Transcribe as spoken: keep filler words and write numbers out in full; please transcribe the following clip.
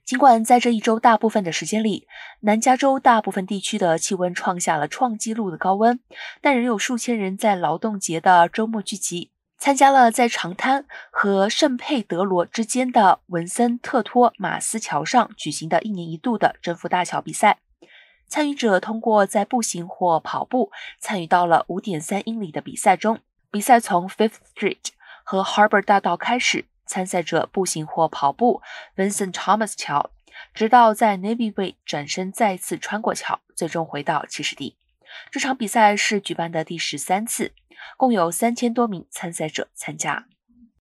尽管在这一周大部分的时间里，南加州大部分地区的气温创下了创纪录的高温，但仍有数千人在劳动节的周末聚集，参加了在长滩和圣佩德罗之间的文森特托马斯桥上举行的一年一度的征服大桥比赛。参与者通过在步行或跑步参与到了 五点三英里的比赛中。比赛从 Fifth Street 和 Harbor 大道开始，参赛者步行或跑步 Vincent Thomas 桥，直到在 Navy Way 转身再次穿过桥，最终回到起始地。这场比赛是举办的第十三次，共有三千多名参赛者参加。